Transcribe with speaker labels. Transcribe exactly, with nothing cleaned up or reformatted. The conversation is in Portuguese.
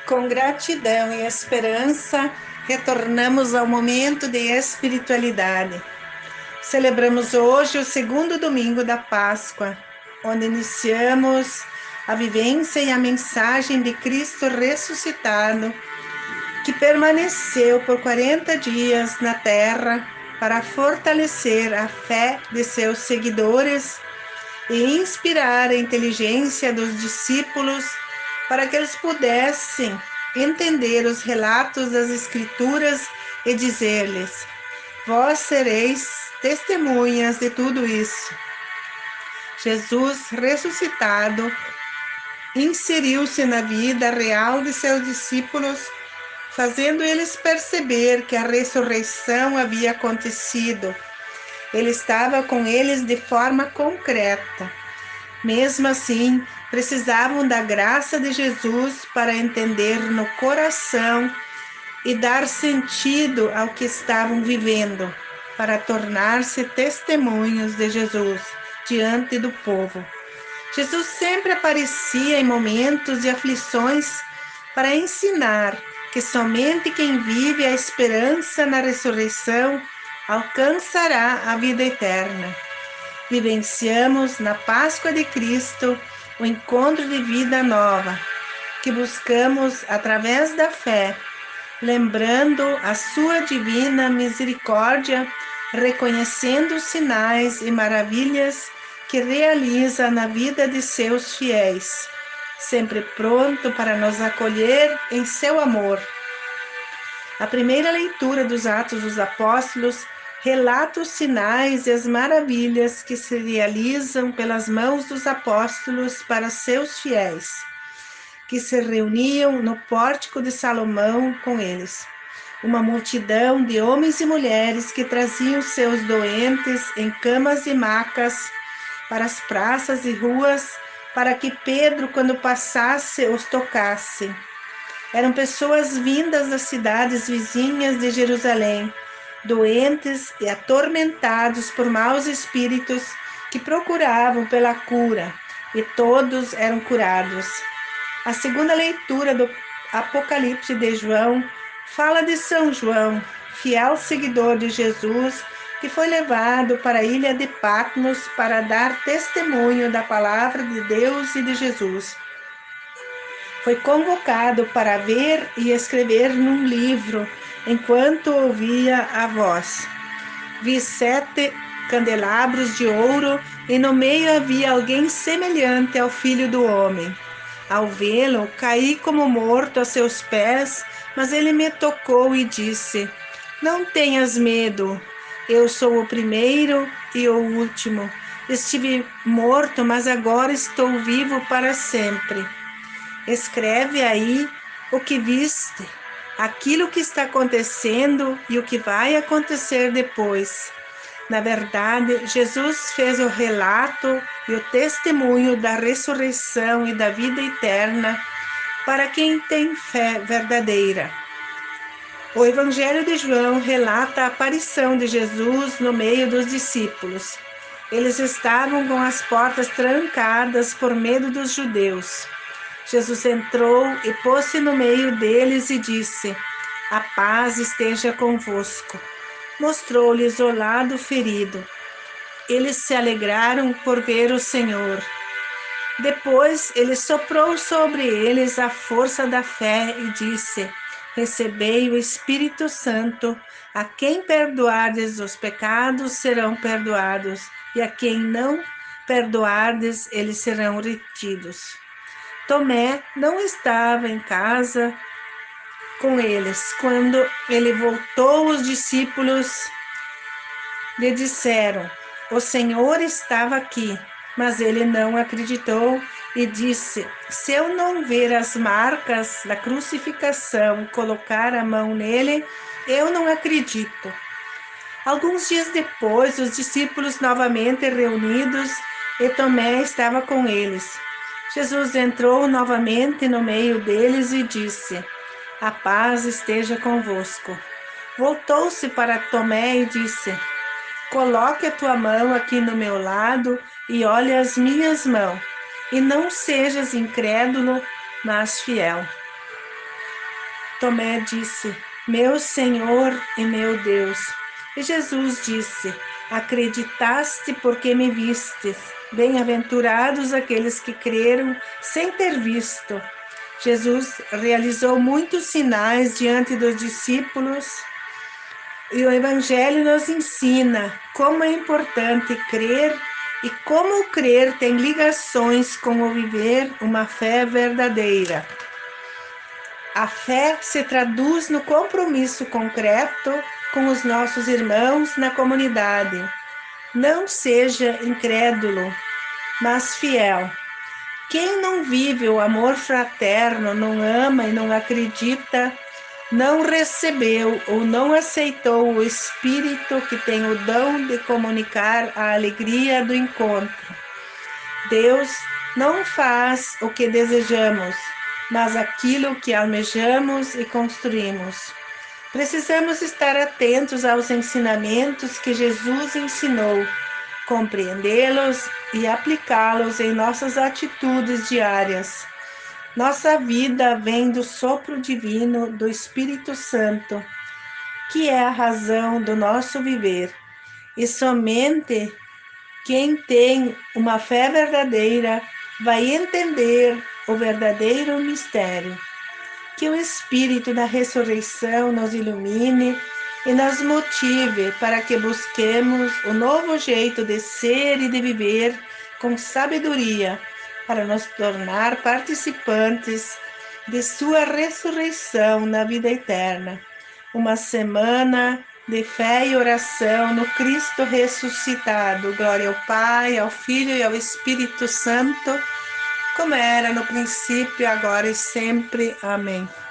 Speaker 1: Com gratidão e esperança, retornamos ao momento de espiritualidade. Celebramos hoje o segundo domingo da Páscoa, onde iniciamos a vivência e a mensagem de Cristo ressuscitado, que permaneceu por quarenta dias na terra para fortalecer a fé de seus seguidores e inspirar a inteligência dos discípulos para que eles pudessem entender os relatos das Escrituras e dizer-lhes: vós sereis testemunhas de tudo isso. Jesus ressuscitado inseriu-se na vida real de seus discípulos, fazendo eles perceber que a ressurreição havia acontecido. Ele estava com eles de forma concreta. Mesmo assim, precisavam da graça de Jesus para entender no coração e dar sentido ao que estavam vivendo, para tornar-se testemunhos de Jesus diante do povo. Jesus sempre aparecia em momentos de aflições para ensinar que somente quem vive a esperança na ressurreição alcançará a vida eterna. Vivenciamos na Páscoa de Cristo o encontro de vida nova, que buscamos através da fé, lembrando a sua divina misericórdia, reconhecendo os sinais e maravilhas que realiza na vida de seus fiéis, sempre pronto para nos acolher em seu amor. A primeira leitura dos Atos dos Apóstolos relata os sinais e as maravilhas que se realizam pelas mãos dos apóstolos para seus fiéis, que se reuniam no pórtico de Salomão com eles. Uma multidão de homens e mulheres que traziam seus doentes em camas e macas para as praças e ruas, para que Pedro, quando passasse, os tocasse. Eram pessoas vindas das cidades vizinhas de Jerusalém, doentes e atormentados por maus espíritos que procuravam pela cura, e todos eram curados. A segunda leitura do Apocalipse de João fala de São João, fiel seguidor de Jesus, que foi levado para a ilha de Patmos para dar testemunho da palavra de Deus e de Jesus. Foi convocado para ver e escrever num livro, enquanto ouvia a voz. Vi sete candelabros de ouro, e no meio havia alguém semelhante ao Filho do Homem. Ao vê-lo, caí como morto a seus pés, mas ele me tocou e disse: não tenhas medo, eu sou o primeiro e o último. Estive morto, mas agora estou vivo para sempre. Escreve aí o que viste, aquilo que está acontecendo e o que vai acontecer depois. Na verdade, Jesus fez o relato e o testemunho da ressurreição e da vida eterna para quem tem fé verdadeira. O Evangelho de João relata a aparição de Jesus no meio dos discípulos. Eles estavam com as portas trancadas por medo dos judeus. Jesus entrou e pôs-se no meio deles e disse: a paz esteja convosco. Mostrou-lhes o lado ferido. Eles se alegraram por ver o Senhor. Depois ele soprou sobre eles a força da fé e disse: recebei o Espírito Santo. A quem perdoardes os pecados serão perdoados, e a quem não perdoardes, eles serão retidos. Tomé não estava em casa com eles. Quando ele voltou, os discípulos lhe disseram: o Senhor estava aqui. Mas ele não acreditou e disse: se eu não ver as marcas da crucificação e colocar a mão nele, eu não acredito. Alguns dias depois, os discípulos novamente reunidos, e Tomé estava com eles. Jesus entrou novamente no meio deles e disse: a paz esteja convosco. Voltou-se para Tomé e disse: coloque a tua mão aqui no meu lado e olhe as minhas mãos, e não sejas incrédulo, mas fiel. Tomé disse: Meu Senhor e meu Deus. E Jesus disse: Acreditaste porque me vistes. Bem-aventurados aqueles que creram sem ter visto. Jesus realizou muitos sinais diante dos discípulos e o Evangelho nos ensina como é importante crer e como o crer tem ligações com o viver uma fé verdadeira. A fé se traduz no compromisso concreto com os nossos irmãos na comunidade. Não seja incrédulo, mas fiel. Quem não vive o amor fraterno, não ama e não acredita, não recebeu ou não aceitou o Espírito que tem o dom de comunicar a alegria do encontro. Deus não faz o que desejamos, mas aquilo que almejamos e construímos. Precisamos estar atentos aos ensinamentos que Jesus ensinou, compreendê-los e aplicá-los em nossas atitudes diárias. Nossa vida vem do sopro divino do Espírito Santo, que é a razão do nosso viver. E somente quem tem uma fé verdadeira vai entender o verdadeiro mistério. Que o Espírito da ressurreição nos ilumine e nos motive para que busquemos o novo jeito de ser e de viver com sabedoria, para nos tornar participantes de sua ressurreição na vida eterna. Uma semana de fé e oração no Cristo ressuscitado. Glória ao Pai, ao Filho e ao Espírito Santo, como era no princípio, agora e sempre. Amém.